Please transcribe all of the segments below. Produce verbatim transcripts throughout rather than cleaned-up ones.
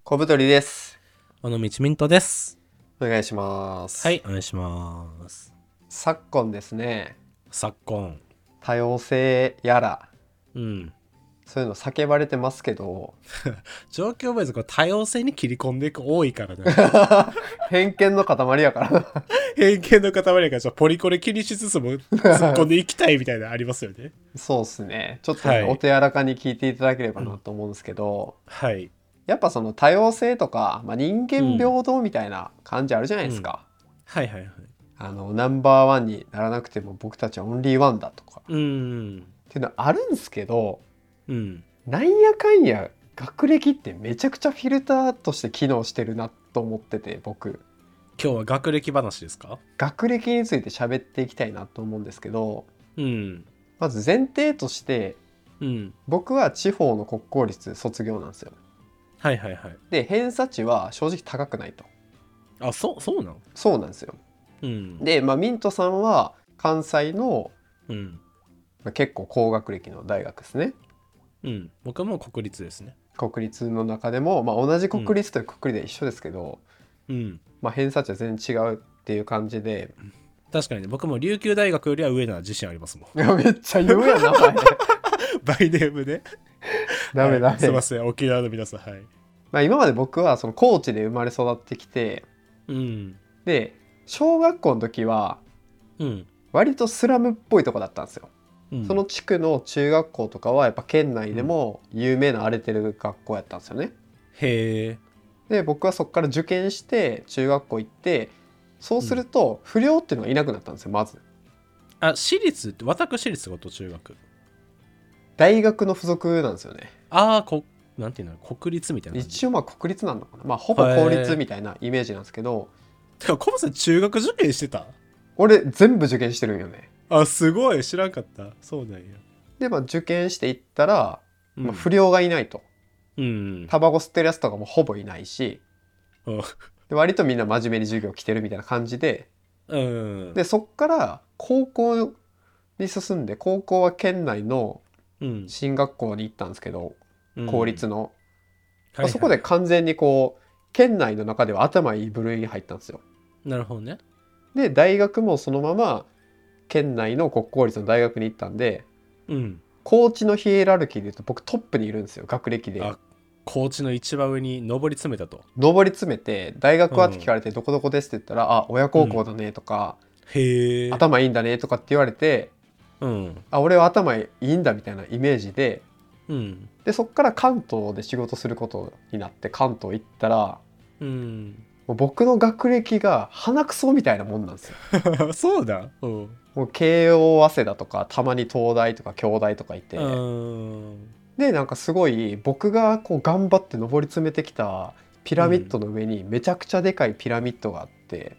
小太りです。 尾道ミントです。 お願いします。 はい、お願いします。 昨今ですね、 昨今。 多様性やら、 うん。 そういうの叫ばれてますけど、 状況ベースこう多様性に切り込んでいく多いからな。 偏見の塊やからな。 偏見の塊やからちょっとポリコレ気にしつつも突っ込んでいきたいみたいなのありますよね。 そうっすね。ちょっとね、 はいお手柔らかに聞いていただければなと思うんですけど、 はい。 やっぱその多様性とか、まあ、人間うん平等みたいな感じあるじゃないですか。 はいはいはい。 あの、ナンバーワンにならなくても僕たちはオンリーワンだとか。 うん。 っていうのあるんですけど、 うん。 なんやかんや学歴ってめちゃくちゃフィルターとして機能してるなと思ってて、僕今日は学歴話ですか？ 学歴について喋っていきたいなと思うんですけど、 うん。 まず前提としてうん。 僕は地方の国公立卒業なんですよ。 はいはいはい。 で偏差値は正直高くないと。 あ、そう、そうなの？ そうなんですよ。 うん。 で、まあ、ミントさんは関西の、 うん。 まあ、結構高学歴の大学ですね。 うん。僕はもう国立ですね。 国立の中でも、まあ、同じ国立というくくりで一緒ですけど、 うん。 まあ、偏差値は全然違うっていう感じで、 確かにね、僕も琉球大学よりは上な自信ありますもん。 いやめっちゃ言うやんな、お前。 バイネームで。 ダメダメ、 はい、すいません、沖縄の皆さん。はい。 まあ、今まで僕はその高知で生まれ育ってきて、 うん。 で小学校の時はうん。 割とスラムっぽいとこだったんですよ。 うん、 その地区の中学校とかはやっぱ県内でも有名な荒れてる学校やったんですよね。 へえ。 で僕はそこから受験して中学校行って、そうすると不良っていうのがいなくなったんですよ。まずあ、私立って、私立ってこと？中学。 大学の付属なんですよね。 ああ、こ、なんていうの、国立みたいな感じ。 一応まあ国立なのかな、まあほぼ公立みたいなイメージなんですけど、 てか、コブさん中学受験してた？ 俺全部受験してるんよね。 あ、すごい、知らんかった。そうなんや。 でまあ受験していったら、 うん、 まあ、不良がいないと。 うん。 タバコ吸ってるやつとかもほぼいないし、 うん。 で割とみんな真面目に授業来てるみたいな感じで、 うん。 でそっから高校に進んで、高校は県内のうん進学校に行ったんですけど、 うん、 公立の、 はいまあ、 はい、 そこで完全にこう県内の中では頭いい部類に入ったんですよ。 なるほどね。 で大学もそのまま県内の国公立の大学に行ったんで、 うん。 高知のヒエラルキーでいうと僕トップにいるんですよ、学歴で。 あ、高知の一番上に上り詰めたと。 上り詰めて、大学はって聞かれて、どこどこですって言ったら、あ、親孝行だねとか、 うん、へえ。 頭いいんだねとかって言われて、 うん。 あ、俺は頭いいんだみたいなイメージで、 うん。 でそっから関東で仕事することになって関東行ったら、 うん。 もう僕の学歴が鼻くそみたいなもんなんですよ。 そうだ。うん。 もう慶応早稲田とか、たまに東大とか京大とかいて、 うんでなんかすごい僕がこう頑張って上り詰めてきたピラミッドの上にめちゃくちゃでかいピラミッドがあって、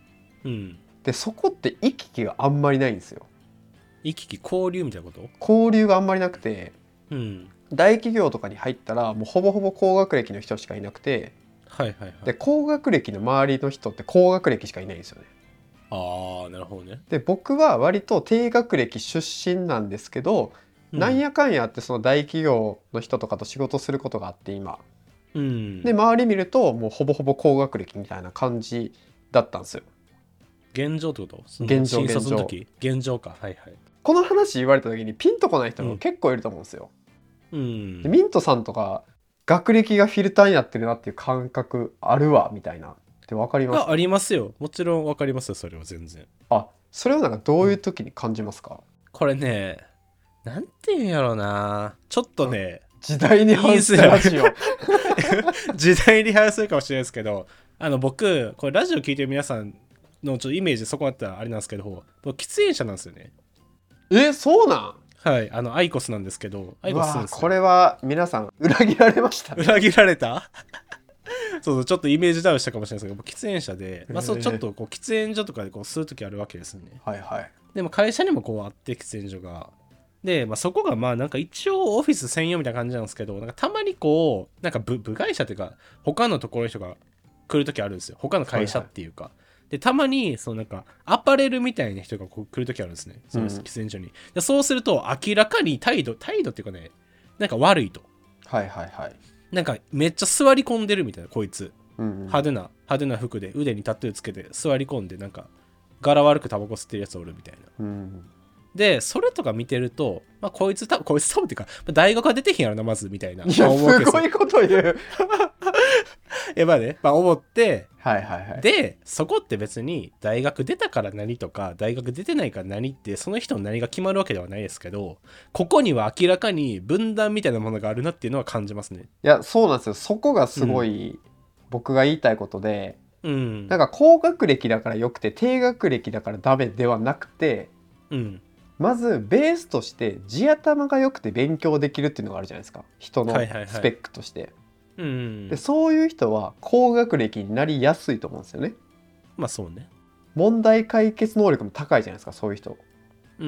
うん、 でそこって行き来があんまりないんですよ。 行き来交流みたいなこと？ 交流があんまりなくて、 うん。 大企業とかに入ったらもうほぼほぼ高学歴の人しかいなくて、 はいはいはい。 で高学歴の周りの人って高学歴しかいないんですよね。 ああ、なるほどね。 で僕は割と低学歴出身なんですけど、うん、なんやかんやってその大企業の人とかと仕事することがあって今、 うん、 で周り見るともうほぼほぼ高学歴みたいな感じだったんですよ。 現状ってこと？ 現状新卒の時？現状か。はいはい。 この話言われた時にピンとこない人も結構いると思うんですよ。 うん、 でミントさんとか学歴がフィルターになってるなっていう感覚あるわみたいなって分かりますか？ あ、ありますよ。もちろん分かりますよ、それは全然。 あ、それはなんかどういう時に感じますか？うん、 これね、なんて言うんやろうな。ちょっとね、 時代に反するラジオ。 時代に反するかもしれないですけど、あの僕、これラジオ聞いてる皆さんのちょっとイメージそこだったらあれなんですけど、僕喫煙者なんですよね。 え、そうなん？ はい、あのアイコスなんですけど、アイコスするんですよ。 これは皆さん裏切られましたね。 裏切られたそうそう、ちょっとイメージダウンしたかもしれないですけど、喫煙者で、まあ、そうちょっとこう喫煙所とかでこう吸う時あるわけですね。 はいはい。 でも会社にもこうあって喫煙所が。で、まあ、そこがまあなんか一応オフィス専用みたいな感じなんですけど、なんかたまにこう、なんか 部, 部外者というか、他のところの人が来る時あるんですよ。他の会社っていうか。はいはい、でたまにそうなんかアパレルみたいな人がこう来る時あるんですね、その喫煙所に、うん、でそうすると明らかに態度態度っていうかね、なんか悪いと。 はいはいはい。 なんかめっちゃ座り込んでるみたいな、こいつうんうん、 派手な派手な服で腕にタトゥーつけて座り込んで、なんか柄悪くタバコ吸ってるやつおるみたいな。 うん、 でそれとか見てると、まあ、こいつ多分こいつ多分っていうか大学は出てへんやろなまずみたいな、 いや思うわけですよ。 すごいこと言うえまあね、まあ、思って、 はいはいはい。 でそこって別に大学出たから何とか大学出てないから何ってその人の何が決まるわけではないですけど、ここには明らかに分断みたいなものがあるなっていうのは感じますね。 いやそうなんですよ。そこがすごい僕が言いたいことで、 うん、 なんか高学歴だからよくて低学歴だからダメではなくて、 うん、 まずベースとして地頭が良くて勉強できるっていうのがあるじゃないですか、人のはいはいはいスペックとして、 うん、 でそういう人は高学歴になりやすいと思うんですよね。 まあそうね。 問題解決能力も高いじゃないですか、そういう人。 うん、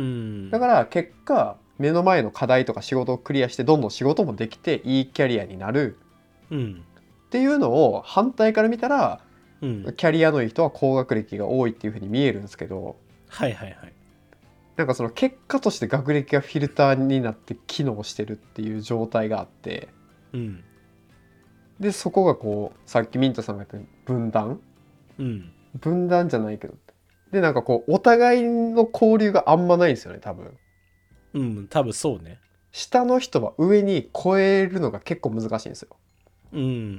だから結果目の前の課題とか仕事をクリアしてどんどん仕事もできていいキャリアになるうん、 っていうのを反対から見たら、 うん、 キャリアのいい人は高学歴が多いっていう風に見えるんですけど、 はいはいはい。 なんかその結果として学歴がフィルターになって機能してるっていう状態があって、 うん、 でそこがこうさっきミントさんが言った分断うん、 分断じゃないけど、でなんかこうお互いの交流があんまないんですよね多分。 うん、多分そうね。 下の人は上に超えるのが結構難しいんですよ。 うん、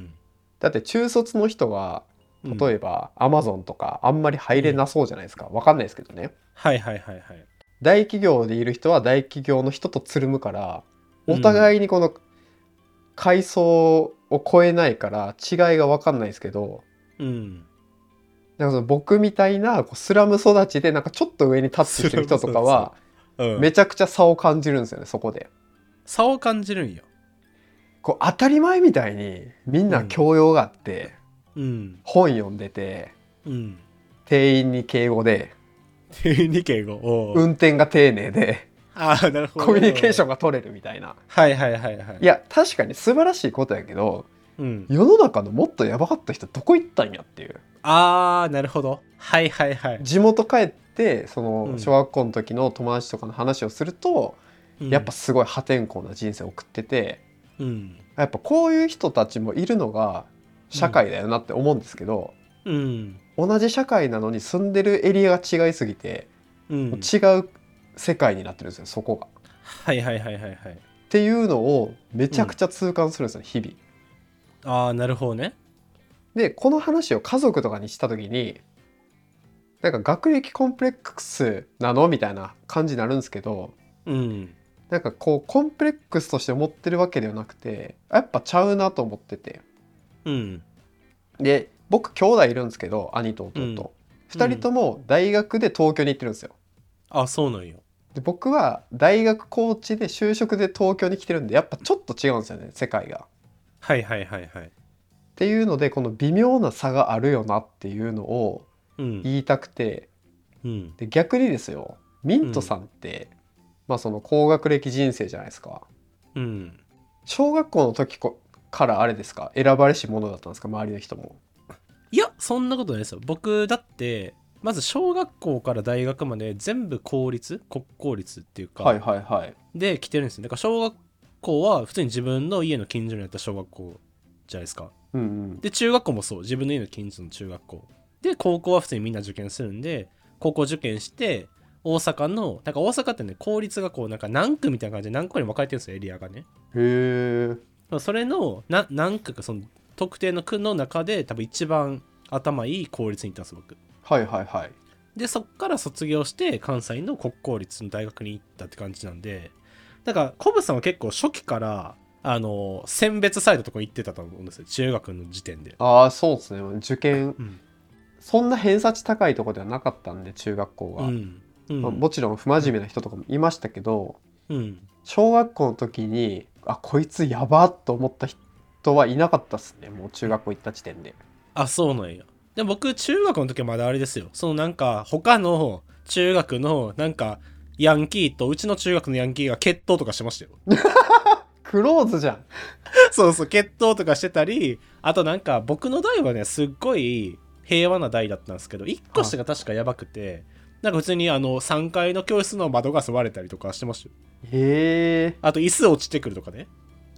だって中卒の人はうん、 例えばアマゾンとかあんまり入れなそうじゃないですか、わかんないですけどね。 はいはいはいはい。 大企業でいる人は大企業の人とつるむからお互いにこの階層を超えないから違いが分かんないですけど、 うん、 なんかその僕みたいなこうスラム育ちでなんかちょっと上にタッチしてる人とかはうん、 めちゃくちゃ差を感じるんですよね、そこで。 差を感じるんよ。 こう当たり前みたいにみんな教養があって、 うん、 本読んでて、 うん、 店員に敬語で、 に敬語、お運転が丁寧で、 ああなるほど、 コミュニケーションが取れるみたいな。 はいはいはいはい。 いや確かに素晴らしいことやけど、 うん、 世の中のもっとやばかった人どこ行ったんやっていう。 ああなるほど、はいはいはい。 地元帰ってそのうん小学校の時の友達とかの話をすると、 うん、 やっぱすごい破天荒な人生を送ってて、 うん、 やっぱこういう人たちもいるのが社会だよなって思うんですけど、 うん、 同じ社会なのに住んでるエリアが違いすぎて、 うん、 違う世界になってるんですよそこが。 はいはいはいはいはい。 っていうのをめちゃくちゃ痛感するんですよ、日々。 ああなるほどね。 でこの話を家族とかにした時に、なんか学歴コンプレックスなのみたいな感じになるんですけど、 うん、 なんかこうコンプレックスとして思ってるわけではなくて、やっぱちゃうなと思ってて。 うん、 で僕兄弟いるんですけど、兄と弟、 うんふたりとも大学で東京に行ってるんですよ。 あそうなんよ。 で僕は大学コーチで就職で東京に来てるんで、やっぱちょっと違うんですよね世界が。 はいはいはいはい。 っていうのでこの微妙な差があるよなっていうのをうん言いたくて、 うん、 で逆にですよ、ミントさんって、うん、まあその高学歴人生じゃないですか。 うん、 小学校の時からあれですか、選ばれし者だったんですか、周りの人も。 いやそんなことないですよ。僕だってまず小学校から大学まで全部公立国公立っていうか、 はいはいはい。 で来てるんですよ。だから小学校は普通に自分の家の近所にあった小学校じゃないですか。 うんうん、 で中学校もそう、自分の家の近所の中学校で、高校は普通にみんな受験するんで高校受験して大阪のなんか大阪ってね公立がこうなんか何区みたいな感じで何個に分かれてるんですよ、エリアがね。 へえ。 それのな何区かその特定の区の中で多分一番頭いい公立に行ったんです僕。 はいはいはい。 でそっから卒業して関西の国公立の大学に行ったって感じなんで、だからコブさんは結構初期からあの選別されたとこ行ってたと思うんですよ、中学の時点で。 ああそうですね、受験、 うん、 そんな偏差値高いとこではなかったんで中学校が、 うんうんまあ、もちろん不真面目な人とかもいましたけど、 うん、 小学校の時にあこいつやばっと思った人はいなかったっすね、もう中学校行った時点で。 あそうなんや。でも僕中学の時はまだあれですよ、そのなんか他の中学のなんかヤンキーとうちの中学のヤンキーが決闘とかしてましたよクローズじゃん。 そうそう、決闘とかしてたり、あとなんか僕の代はねすっごい平和な代だったんですけど、いっこ下が確かやばくて、なんか普通にあのさんがいの教室の窓ガス割れたりとかしてましたよ。 へえ。 あと椅子落ちてくるとかね。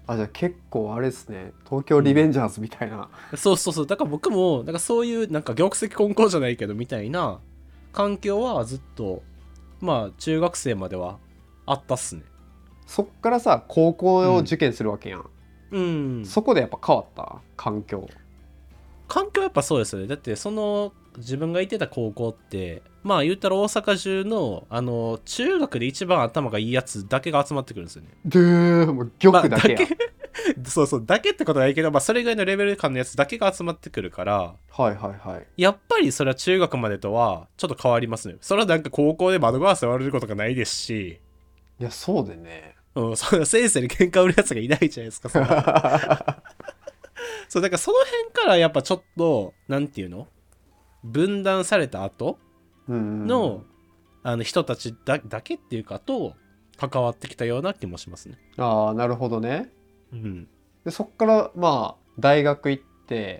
あ、じゃあ結構あれですね、東京リベンジャーズみたいな。 そうそうそう。だから僕も、なんかそういう、なんか玉石混交じゃないけど、みたいな環境はずっと、まあ、中学生まではあったっすね。 そっからさ、高校をうん。 受験するわけやん。 うん。 そこでやっぱ変わった環境。 環境はやっぱそうですよね。だって、その、自分が行ってた高校って、まあ言ったら大阪中の、あの、中学で一番頭がいいやつだけが集まってくるんですよね。 でもうまあ、 玉だけや。 だけそうそう、だけってことはないけど、まあ、それぐらいのレベル感のやつだけが集まってくるから、 はいはいはい。 やっぱりそれは中学までとはちょっと変わりますね。それはなんか高校で窓ガラス割れることがないですし、 いや、そうでね。 うん、そんな先生に喧嘩売るやつがいないじゃないですか、そら。そう、だからその辺からやっぱちょっと、なんていうの分断された後うんうんうの、 ん。 あの人たちだだけっていうかと、関わってきたような気もしますね。 ああ、なるほどね。 うん。 で、そっからまあ、大学行って、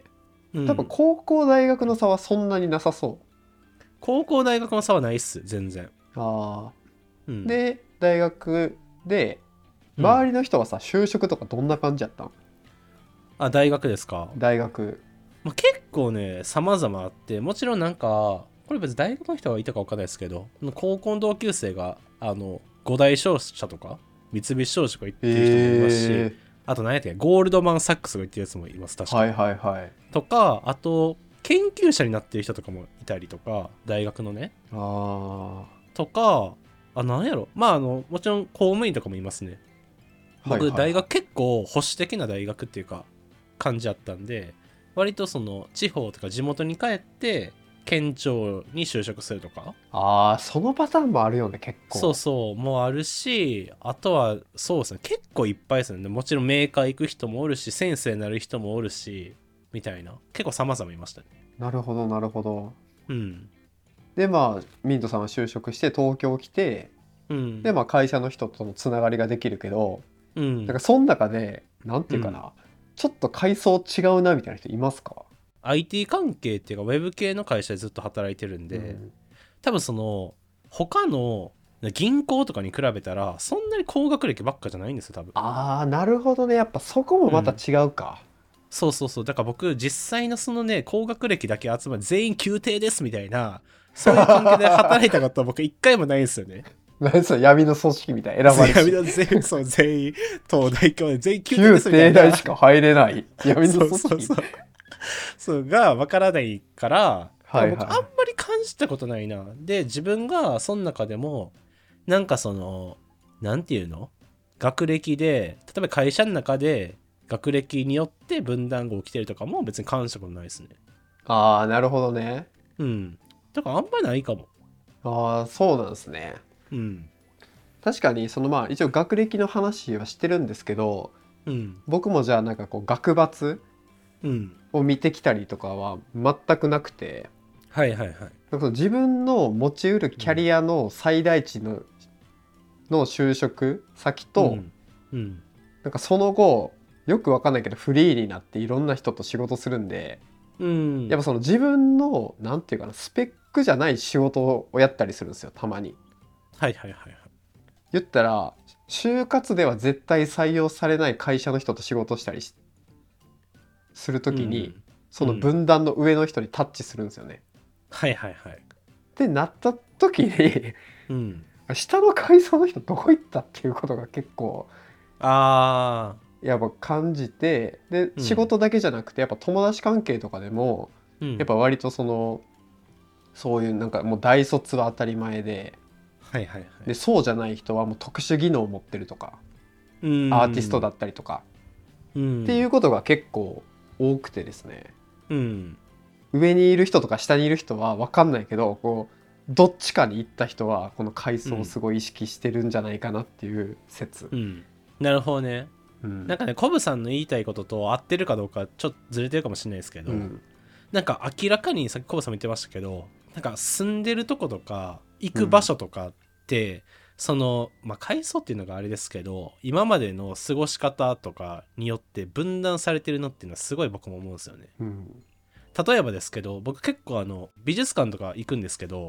多分うん。 高校大学の差はそんなになさそ高校大学の差はないっす、全然。 う。ああ。 うん。 で、大学で、 うん、 周りの人はさ、就職とかどんな感じやったん？ あ、大学ですか。 大学。 まあ、結構ね、様々あって、もちろんなんか、これ別に大学の人がいたか分かんないですけど、高校の同級生が、あの、五大商社とか、三菱商社とか行ってる人もいますし、 えあと何やったっけ、ゴールドマン・サックスが行ってるやつもいます、確ー、 か。 はいはいはい。 とか、あと、研究者になってる人とかもいたりとか、大学のね。 あとか、あ、なんやろ。まあ、あの、もちろん公務員とかもいますね。 あ。はい僕、 はいはい。 大学結構保守的な大学っていうか、感じあったんで、割とその地方とか地元に帰って県庁に就職するとか、 ああ、そのパターンもあるよね、結そう構。 そうもあるし、あとはそうですね、結構いっぱいですね。もちろんメーカー行く人もおるし、先生になる人もおるし、みたいな、結構様々いましたね。 なるほどなるほど。 うんで、まあ、ミントさんは就職して東京来て、で、 うんまあ、会社の人とのつながりができるけど、 うんなんかその中で、なんていうかな、 うんちょっと階層違うなみたいな人いますか？ アイティー 関係っていうかウェブ系の会社でずっと働いてるんで、 うん。 多分その他の銀行とかに比べたらそんなに高学歴ばっかじゃないんですよ、多分。 ああ、なるほどね。やっぱそこもまたうん、 違うか。 そうそうそう。だから僕、実際のそのね、高学歴だけ集まり、全員宮廷ですみたいな、そういう関係で働いたことは僕一回もないんですよね。 何その闇の組織みたいな選ばれし。 闇の全員、そう、全員、東大教で全員宮廷旧ですみたいな。 帝大しか入れない闇のそう組織。 そうそう。そうが分からないから、だから僕あんはいはまり感じたことないな。で、自分がその中でも、なんかその、なんていうの学歴で、例えば会社の中で学歴によって分断が起きてるとかも別に感じたことないですね。 い。ああ、なるほどね。 うん。だからあんまないかも。 ああ、そうなんですね。 うん。 確かにそのまあ一応学歴の話はしてるんですけど、 うん。 僕もじゃあなんかこう学閥うん。 を見てきたりとかは全くなくて、 はいはいはい。 なんか自分の持ちうるキャリアの最大値の、の就職先と、 うん。うん。 なんかその後よくわかんないけどフリーになっていろんな人と仕事するんで、 うん。 やっぱその自分のなんていうかなスペックじゃない仕事をやったりするんですよ、たまに。 はいはいはいはい。 言ったら就活では絶対採用されない会社の人と仕事したりしするときに、 うんその分断の上の人にタッチするんですよね。 はいはいはい。 ってなった時にうん。 下の階層の人どこ行ったっていうことが結構あやっぱ感じて、でー。うん。 仕事だけじゃなくてやっぱ友達関係とかでもうん。 やっぱ割とそのそういうなんかもう大卒は当たり前で、 はいはいはい。 でそうじゃない人はもう特殊技能を持ってるとかうん。 アーティストだったりとかうんっていうことが結構多くてですね、 うん。 上にいる人とか下にいる人は分かんないけど、こうどっちかに行った人はこの階層をすごい意識してるんじゃないかなっていう説。 うん。なるほどね。 うん、 なんかね、コブさんの言いたいことと合ってるかどうかちょっとずれてるかもしれないですけど、 うん、 なんか明らかにさっきコブさんも言ってましたけど、なんか住んでるとことか行く場所とかって、うん、そのまあ階層っていうのがあれですけど、今までの過ごし方とかによって分断されてるのっていうのはすごい僕も思うんですよね。 うん、 例えばですけど、僕結構あの美術館とか行くんですけど、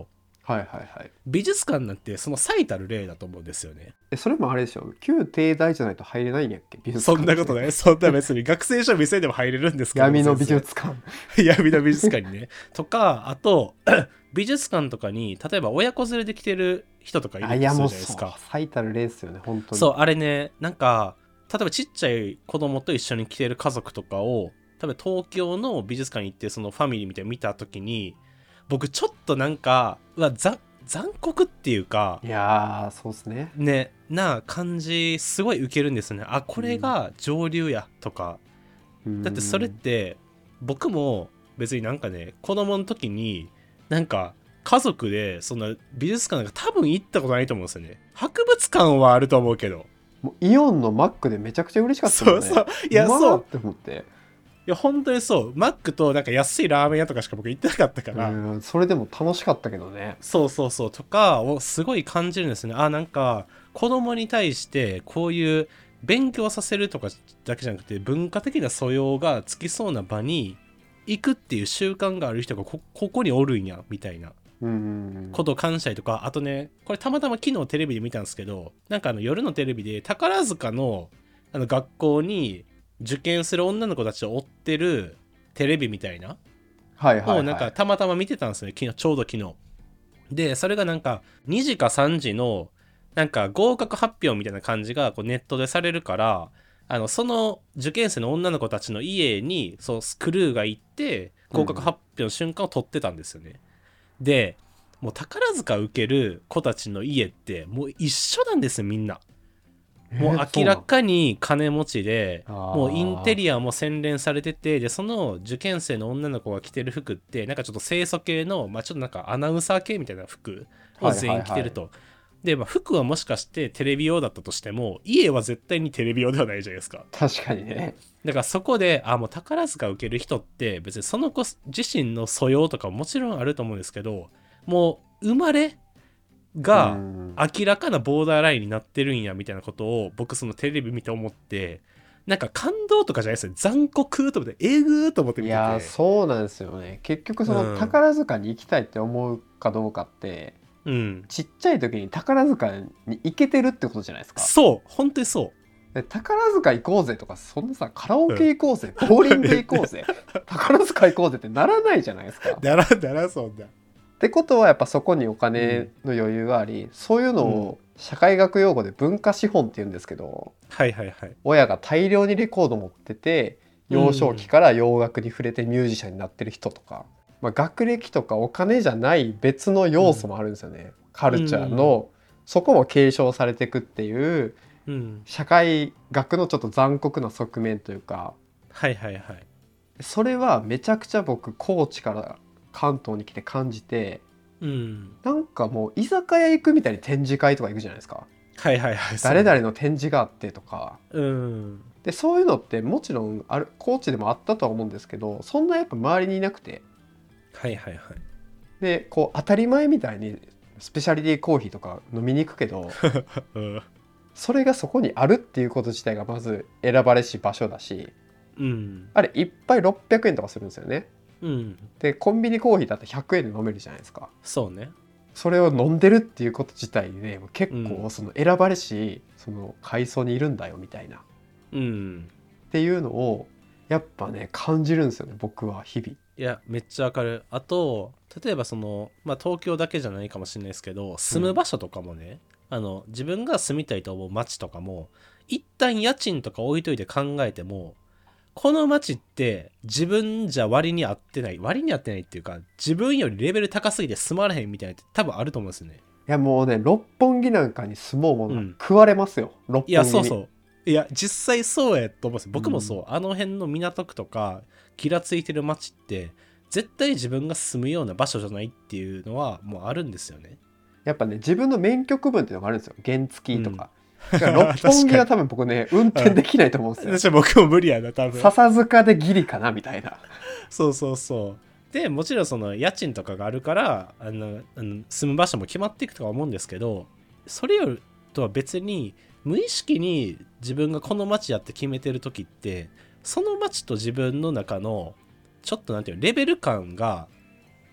はいはいはい。 美術館なんてその最たる例だと思うんですよね。 え、それもあれでしょ、旧帝大じゃないと入れないんやっけ、美術そん館って。 なことない。そんな別に学生証見せでも入れるんですけど。 闇の美術館。 全然闇の美術館にね。とか、あと、美術館とかに、例えば親子連れで来てる人とかいるあ、いとすやもうそうるじゃないですか。 最たる例ですよね、本当に。 そう、あれね、なんか、例えばちっちゃい子供と一緒に来てる家族とかを、多分東京の美術館に行ってそのファミリーみたいに見た時に、僕ちょっとなんか、うわ、ざ残酷っていうか、 いやー、そうっすね。 ね、な感じ、すごい受けるんですよね。あ、これが上流やとか。だってそれって僕も別になんかね、子供の時になんか家族でそんな美術館なんか多分行ったことないと思うんですよね。博物館はあると思うけど。 もうイオンのマックでめちゃくちゃ嬉しかったもんね。 そうそう。いや、 うまーそう。 って思って。 いや、本当にそう。マックとなんか安いラーメン屋とかしか僕行ってなかったから。 うん、それでも楽しかったけどね。 そうそうそう。とかをすごい感じるんですよね。あ、なんか子供に対してこういう勉強させるとかだけじゃなくて文化的な素養がつきそうな場に行くっていう習慣がある人が こ, ここにおるんやみたいなうん。 ことを感じたりとか、あとね、これたまたま昨日テレビで見たんですけど、なんかあの夜のテレビで宝塚のあの学校に受験する女の子たちを追ってるテレビみたいなはいはいはい。 をなんかたまたま見てたんですね、昨日ちょうど昨日で。それがなんかにじかさんじのなんか合格発表みたいな感じがこうネットでされるから、あのその受験生の女の子たちの家にそうクルーが行って合格発表の瞬間を撮ってたんですよね、うん、でもう宝塚受ける子たちの家ってもう一緒なんですよみんな。もう明らかに金持ちで、もうインテリアも洗練されてて、でその受験生の女の子が着てる服ってなんかちょっと清楚系の、まあ、ちょっとなんかアナウンサー系みたいな服を全員着てると、はいはいはい、で、まあ、服はもしかしてテレビ用だったとしても家は絶対にテレビ用ではないじゃないですか。 確かにね。 だからそこであもう宝塚受ける人って別にその子自身の素養とかももちろんあると思うんですけど、もう生まれが明らかなボーダーラインになってるんやみたいなことを僕そのテレビ見て思って、なんか感動とかじゃないですよ、残酷と思ってえぐーと思って見てて。 いやそうなんですよね。結局その宝塚に行きたいって思うかどうかって、うん、ちっちゃい時に宝塚に行けてるってことじゃないですか。 そう本当にそう。 で宝塚行こうぜとか、そんなさカラオケ行こうぜ、うん、ボーリング行こうぜ宝塚行こうぜってならないじゃないですか。 ならならそんなってことはやっぱそこにお金の余裕があり、うん、そういうのを社会学用語で文化資本って言うんですけど、 はいはいはい、 親が大量にレコード持ってて幼少期から洋楽に触れてミュージシャンになってる人とか、まあ、学歴とかお金じゃない別の要素もあるんですよね、うん、カルチャーの、うん、そこも継承されていくっていう、うん、社会学のちょっと残酷な側面というか、 はいはいはい、 それはめちゃくちゃ僕高知から関東に来て感じて、うん、なんかもう居酒屋行くみたいに展示会とか行くじゃないですか。 はいはいはい、 誰々の展示があってとか、 うん、 でそういうのってもちろんある高知でもあったとは思うんですけど、そんなやっぱ周りにいなくて、 はいはいはい、 でこう当たり前みたいにスペシャリティコーヒーとか飲みに行くけど、うん、それがそこにあるっていうこと自体がまず選ばれし場所だし、うん、あれいっぱいろっぴゃくえんとかするんですよね。うん、でコンビニコーヒーだってひゃくえんで飲めるじゃないですか。 そうね。 それを飲んでるっていうこと自体で結構その選ばれし、うん、その階層にいるんだよみたいな、うん、っていうのをやっぱね感じるんですよね、僕は日々。 いやめっちゃわかる。あと例えばその、まあ、東京だけじゃないかもしれないですけど、住む場所とかもね、うん、あの自分が住みたいと思う街とかも一旦家賃とか置いといて考えても、この街って自分じゃ割に合ってない割に合ってないっていうか、自分よりレベル高すぎて住まれへんみたいなって多分あると思うんですよね。 いやもうね、六本木なんかに住もうものが食われますよ、うん、六本木に。いやそうそう、いや実際そうやと思うんですよ。僕もそう、うん、あの辺の港区とかギラついてる街って絶対自分が住むような場所じゃないっていうのはもうあるんですよね。 やっぱね、自分の免許区分っていうのがあるんですよ、原付とか、うん、だから六本木は多分僕ね運転できないと思うんですよ。 私僕も無理やな多分。 笹塚でギリかなみたいな。 そうそうそう。でもちろんその家賃とかがあるからあのあの住む場所も決まっていくとは思うんですけど、それよりとは別に無意識に自分がこの街やって決めてる時って、その街と自分の中のちょっとなんていうレベル感が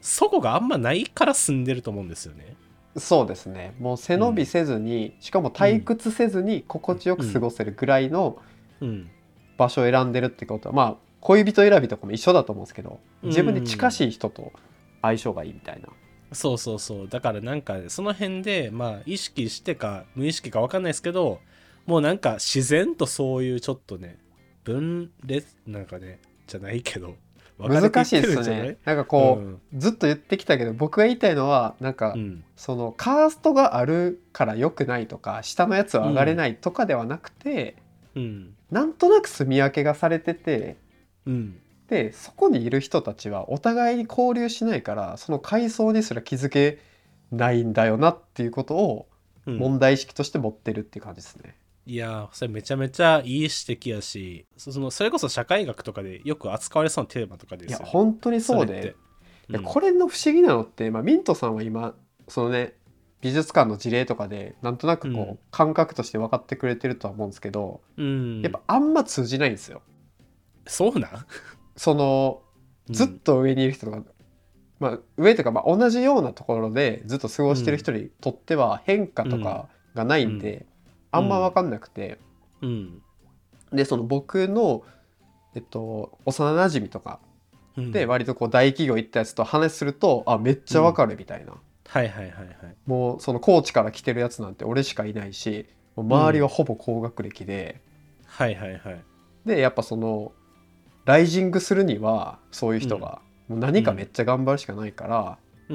そこがあんまないから住んでると思うんですよね。 そうですね。もう背伸びせずに、うん、しかも退屈せずに心地よく過ごせるぐらいの場所を選んでるってことは、まあ恋人選びとかも一緒だと思うんですけど、自分に近しい人と相性がいいみたいな。 そうそうそう。だからなんかその辺でまあ意識してか無意識か分かんないですけど、もうなんか自然とそういうちょっとね分裂なんかねじゃないけど難しいですね。なんかこう、うん、ずっと言ってきたけど僕が言いたいのはなんか、うん、そのカーストがあるから良くないとか下のやつは上がれないとかではなくて、うん、なんとなく住み分けがされてて、うん、でそこにいる人たちはお互いに交流しないからその階層にすら気づけないんだよなっていうことを問題意識として持ってるっていう感じですね。 いやそれめちゃめちゃいい指摘やし、そのそれこそ社会学とかでよく扱われそうなテーマとかですよね。 いや本当にそうで、うん、これの不思議なのって、まあ、ミントさんは今そのね美術館の事例とかでなんとなくこう、うん、感覚として分かってくれてるとは思うんですけど、うん、やっぱあんま通じないんですよ。 そうなんそのずっと上にいる人とか、うん、まあ上というかまあ同じようなところでずっと過ごしてる人にとっては変化とかがないんで、うん、あんま分かんなくて、うん、でその僕の、えっと、幼なじみとかで割とこう大企業行ったやつと話すると、あめっちゃ分かるみたいな、うん、 はいはいはいはい、 もうその高知から来てるやつなんて俺しかいないしもう周りはほぼ高学歴で、 うん、はいはいはい、 でやっぱそのライジングするにはそういう人が、もう何かめっちゃ頑張るしかないから、うん、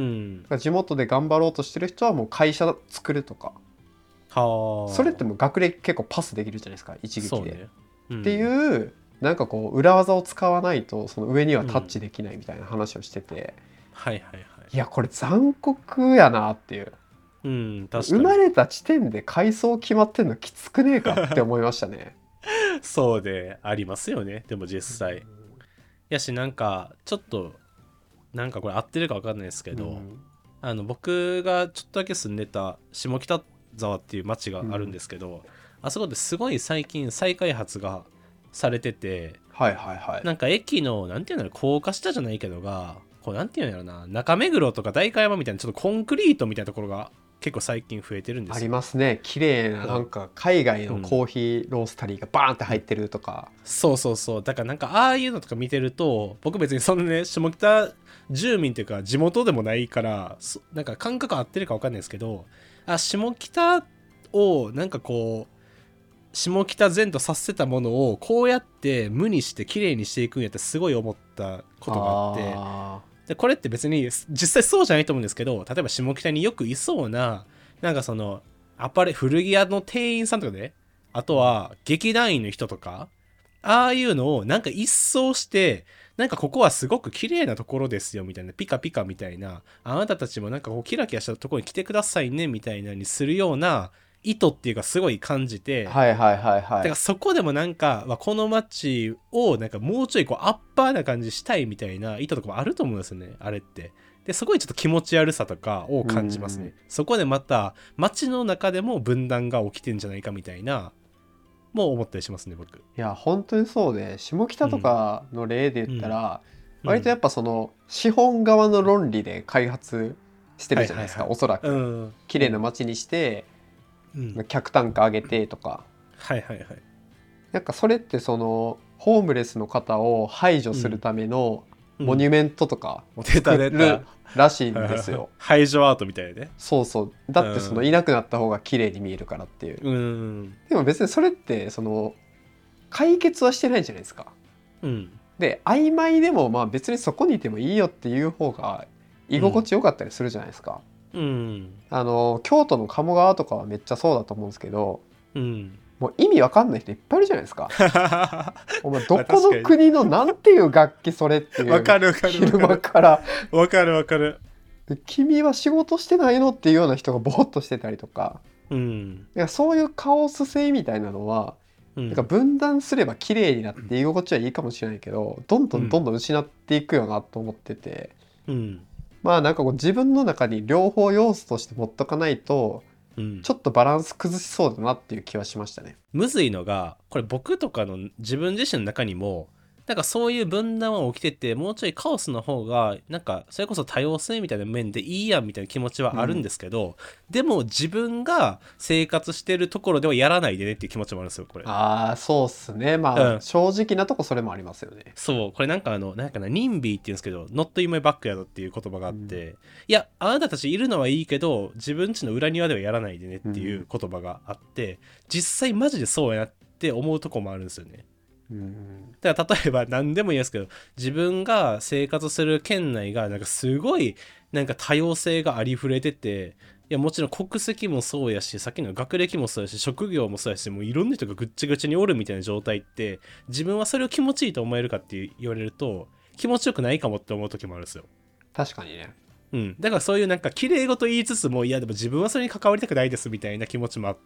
地元で頑張ろうとしてる人はもう会社作るとか、はそれってもう学歴結構パスできるじゃないですか一撃で、ね、うん、っていうなんかこう裏技を使わないとその上にはタッチできないみたいな話をしてて、うん、 はいはいはい、 いやこれ残酷やなっていう、うん、確かに生まれた地点で階層決まってんのきつくねえかって思いましたねそうでありますよね。でも実際、うん、やしなんかちょっとなんかこれ合ってるか分かんないですけど、うん、あの僕がちょっとだけ住んでた下北沢っていう町があるんですけど、うん、あそこですごい最近再開発がされてて、 はいはいはい、 なんか駅のなんていうの高架下じゃないけどがこうなんていうんやろな、中目黒とか代官山みたいなちょっとコンクリートみたいなところが結構最近増えてるんですよ。 ありますね。綺麗ななんか海外のコーヒーロースタリーがバーンって入ってるとか、 うん、そうそうそう。だからなんかああいうのとか見てると僕別にそんなね下北住民っていうか地元でもないからなんか感覚合ってるか分かんないですけど、あ下北をなんかこう下北前とさせたものをこうやって無にして綺麗にしていくんやってすごい思ったことがあって、あでこれって別に実際そうじゃないと思うんですけど、例えば下北によくいそうななんかそのアパレ古着屋の店員さんとかね、あとは劇団員の人とか、ああいうのをなんか一掃してなんかここはすごく綺麗なところですよみたいな、ピカピカみたいな、あなたたちもなんかこうキラキラしたところに来てくださいねみたいなにするような意図っていうかすごい感じて、 はいはいはいはい、だからそこでもなんかこの街をなんかもうちょいこうアッパーな感じしたいみたいな意図とかもあると思うんですよね、あれって。でそこにちょっと気持ち悪さとかを感じますね。そこでまた街の中でも分断が起きてんじゃないかみたいなも思ったりしますね僕。いや本当にそうで、下北とかの例で言ったら、うん、割とやっぱその資本側の論理で開発してるじゃないですか、はいはいはい、おそらく、うん、綺麗な街にして、うん、客単価上げてとか、 はいはいはい、 なんかそれってそのホームレスの方を排除するためのモニュメントとか作るらしいんですよ、うん、 排除アートみたいなね。 そうそう、だってそのいなくなった方が綺麗に見えるからっていう、うん、でも別にそれってその解決はしてないじゃないですか、うん、で曖昧でもまあ別にそこにいてもいいよっていう方が居心地よかったりするじゃないですか、うん、あの京都の鴨川とかはめっちゃそうだと思うんですけど、うん、もう意味わかんない人いっぱいいるじゃないですかお前どこの国のなんていう楽器それっていう、 わかるわかる昼間からわかるわかる、 君は仕事してないのっていうような人がボーっとしてたりとか、うん、いやそういうカオス性みたいなのは、うん、なんか分断すれば綺麗になって居心地はいいかもしれないけど、どんどんどんどん失っていくよなと思ってて、うん、まあなんかこう自分の中に両方要素として持っとかないと、うん、ちょっとバランス崩しそうだなっていう気はしましたね。 むずいのがこれ僕とかの自分自身の中にもなんかそういう分断は起きてて、もうちょいカオスの方がなんかそれこそ多様性みたいな面でいいやんみたいな気持ちはあるんですけど、うん、でも自分が生活してるところではやらないでねっていう気持ちもあるんですよこれ。 ああそうっすね。まあ、うん、正直なとこそれもありますよね。 そうこれなんかあのなんかなニンビーって言うんですけど Not in my backyard っていう言葉があって、うん、いやあなたたちいるのはいいけど自分家の裏庭ではやらないでねっていう言葉があって、うん、実際マジでそうやなって思うとこもあるんですよね。 うん、 だから例えば何でもいいですけど、自分が生活する県内がなんかすごいなんか多様性がありふれてて、いやもちろん国籍もそうやし、さっきの学歴もそうやし、職業もそうやし、もういろんな人がぐっちゃぐちゃにおるみたいな状態って、自分はそれを気持ちいいと思えるかって言われると気持ちよくないかもって思う時もあるんですよ。 確かにね。 うん、だからそういうなんか綺麗事言いつつも、いやでも自分はそれに関わりたくないですみたいな気持ちもあって、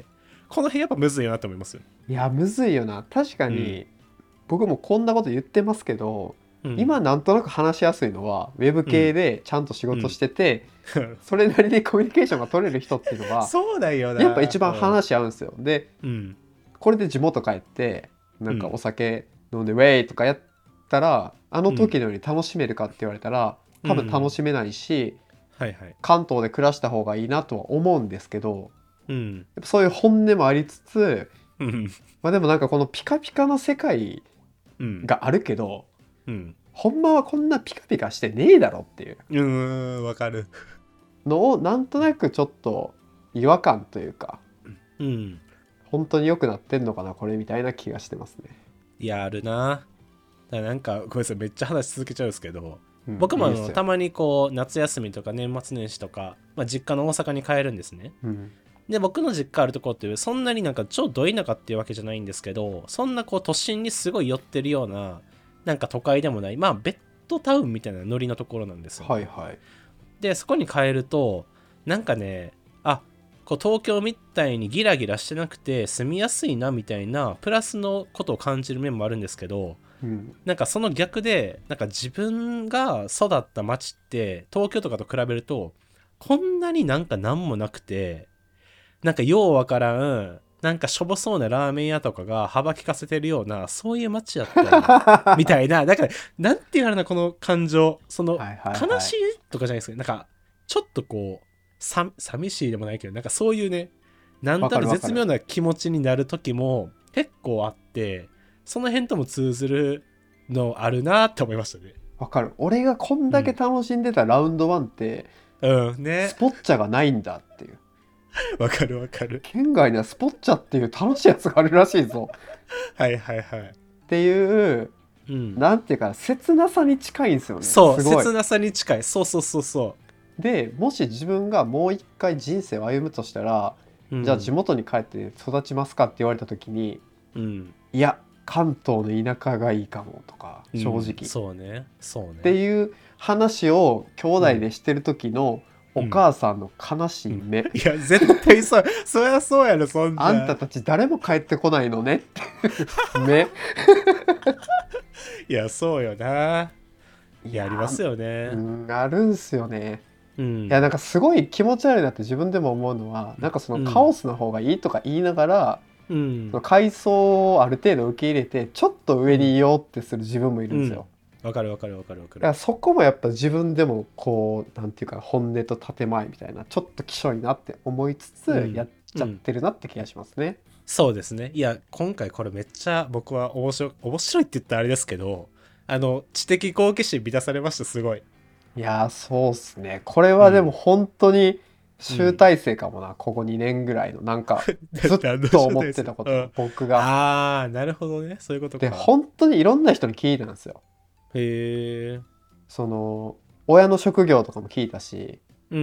この辺やっぱむずいよなと思いますよ。 いやむずいよな。確かに、うん、僕もこんなこと言ってますけど、うん、今なんとなく話しやすいのはウェブ系でちゃんと仕事してて、うん、それなりにコミュニケーションが取れる人っていうのはそうだよな、 やっぱ一番話し合うんですよ。で、 うん、 これで地元帰ってなんかお酒飲んでウェイとかやったら、あの時のように楽しめるかって言われたら多分楽しめないし、 はいはい、 関東で暮らした方がいいなとは思うんですけど、 うん、 やっぱそういう本音もありつつ、 うん、 まあでもなんかこのピカピカの世界があるけど、 うん、 ほんまはこんなピカピカしてねえだろっていう、 うーん、わかるのをなんとなくちょっと違和感というか、 うん、 本当に良くなってんのかなこれみたいな気がしてますね。 いやあるな。だからなんかごめんなさいめっちゃ話し続けちゃうんですけど、うん、僕もあのたまにこう夏休みとか年末年始とか、まあ、実家の大阪に帰るんですね、 うん、 で僕の実家あるところっていうそんなになんか超ど田舎っていうわけじゃないんですけど、そんなこう都心にすごい寄ってるようななんか都会でもない、まあベッドタウンみたいなノリのところなんですよ、ね、 はいはい。 でそこに帰るとなんかね、あこう東京みたいにギラギラしてなくて住みやすいなみたいなプラスのことを感じる面もあるんですけど、 うん、 なんかその逆でなんか自分が育った街って東京とかと比べるとこんなになんか何もなくて、なんかようわからんなんかしょぼそうなラーメン屋とかが幅利かせてるようなそういう街やったりみたいな、だからなんていうのなこの感情、その悲しいとかじゃないですか、なんかちょっとこうさ寂しいでもないけど、なんかそういうねなんとなく絶妙な気持ちになる時も結構あって、その辺とも通ずるのあるなって思いましたね。 わかる。俺がこんだけ楽しんでたラウンドワンって、 うんね、 スポッチャがないんだっていう。 わかるわかる。 県外にはスポッチャっていう楽しいやつがあるらしいぞ。 はいはいはい。 っていう、うん、なんていうか切なさに近いんですよね。 そう切なさに近い。そうそうそうそう。 でもし自分がもう一回人生を歩むとしたら、うん、じゃあ地元に帰って育ちますかって言われた時に、 うん、 いや関東の田舎がいいかもとか正直、うん、 そうねそうねっていう話を兄弟でしてる時のお母さんの悲しい目、うんうん、 いや絶対そうそりゃそうやろそんな、 あんたたち誰も帰ってこないのねって目いやそうよな、いやありますよね、 うん、あるんすよね、 うん、 いやなんかすごい気持ち悪いなって自分でも思うのは、なんかそのカオスの方がいいとか言いながら、うん、その階層をある程度受け入れてちょっと上にいようってする自分もいるんですよ。 わ、うん、かるわかるわかるわかる。 だからそこもやっぱ自分でもこうなんていうか本音と建前みたいなちょっときしょいなって思いつつやっちゃってるなって気がしますね、うんうん、 そうですね。いや今回これめっちゃ僕は面白い面白いって言ったらあれですけど、あの知的好奇心満たされました。すごい。 いやそうっすね。これはでも本当に集大成かもな、うん、ここにねんぐらいのなんかずっと思ってたこと、うん、僕が。 ああなるほどね、そういうことか。 で本当にいろんな人に聞いたんですよ。 へえ。 その親の職業とかも聞いたし、 うん、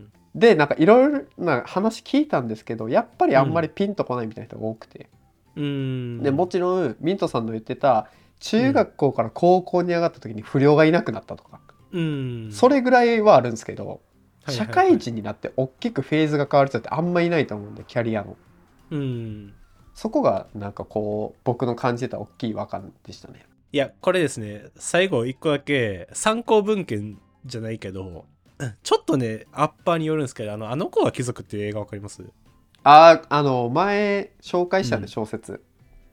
でなんかいろいろな話聞いたんですけど、やっぱりあんまりピンとこないみたいな人が多くて、 うん、 でもちろんミントさんの言ってた中学校から高校に上がった時に不良がいなくなったとか、 うん、 それぐらいはあるんですけど、社会人になって大きくフェーズが変わる人ってあんまいないと思うんで、キャリアの、 うん、 そこがなんかこう僕の感じてた大きい違和感でしたね。 いやこれですね、最後一個だけ参考文献じゃないけどちょっとねアッパーによるんですけど、あのあの子は貴族っていう映画わかります？ ああの前紹介したね、うん、小説。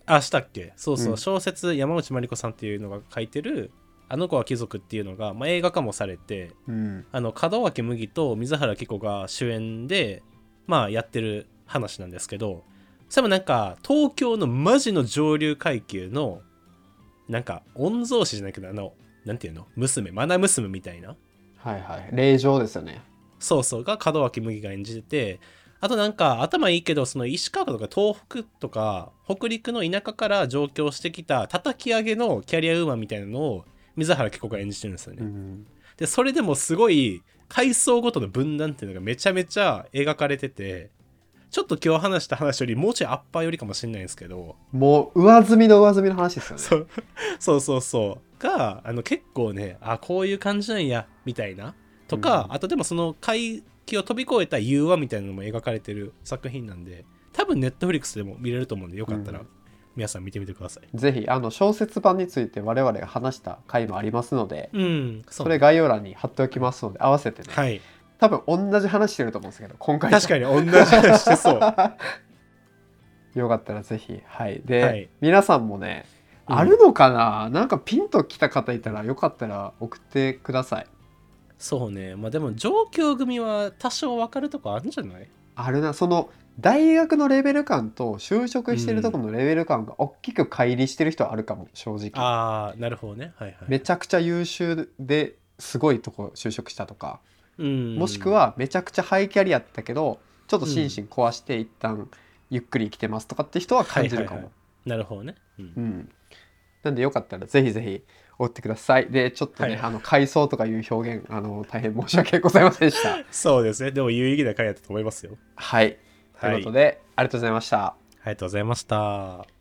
あ、したっけ。そうそう、 うん小説山内まりこさんっていうのが書いてるあの子は貴族っていうのが、まあ、映画化もされて、 うんあの門脇麦と水原希子が主演でまあやってる話なんですけど、それもなんか東京のマジの上流階級のなんか御曹司じゃないけど、あのなんていうの、娘マナ娘みたいな、 はいはい令嬢ですよね。 そうそうが門脇麦が演じてて、あとなんか頭いいけど、その石川とか東北とか北陸の田舎から上京してきた叩き上げのキャリアウーマンみたいなのを水原希子が演じてるんですよね。 うんでそれでもすごい階層ごとの分断っていうのがめちゃめちゃ描かれてて、ちょっと今日話した話よりもうちょいアッパーよりかもしれないんですけど、 もう上積みの上積みの話ですよね。 そうそうそうそうがあの結構ね、あこういう感じなんやみたいなとか、 うんあとでもその階級を飛び越えた融和みたいなのも描かれてる作品なんで、多分ネットフリックスでも見れると思うんで、よかったらうん皆さん見てみてください。 ぜひあの小説版について我々が話した回もありますので、 うんそそうれ概要欄に貼っておきますので合わせてね、 はい多分同じ話してると思うんですけど今回確かに同じ話してそうよかったらぜひはいで、 はい皆さんもね、 うんあるのかな、なんかピンときた方いたらよかったら送ってください。 そうね、まあでも上京組は多少分かるとこあるんじゃない？ あるな、その大学のレベル感と就職してるところのレベル感が大きく乖離してる人はあるかも正直。 ああなるほどね、はいはい。 めちゃくちゃ優秀ですごいとこ就職したとか、 うんもしくはめちゃくちゃハイキャリアだったけどちょっと心身壊して一旦ゆっくり生きてますとかって人は感じるかも、 はいはいはい、なるほどね、うんうん、なんでよかったらぜひぜひ追ってください。でちょっとね、 はいあの階層とかいう表現あの大変申し訳ございませんでしたそうですね、でも有意義な回だったと思いますよ。 はい、ということで、ありがとうございました。 ありがとうございました。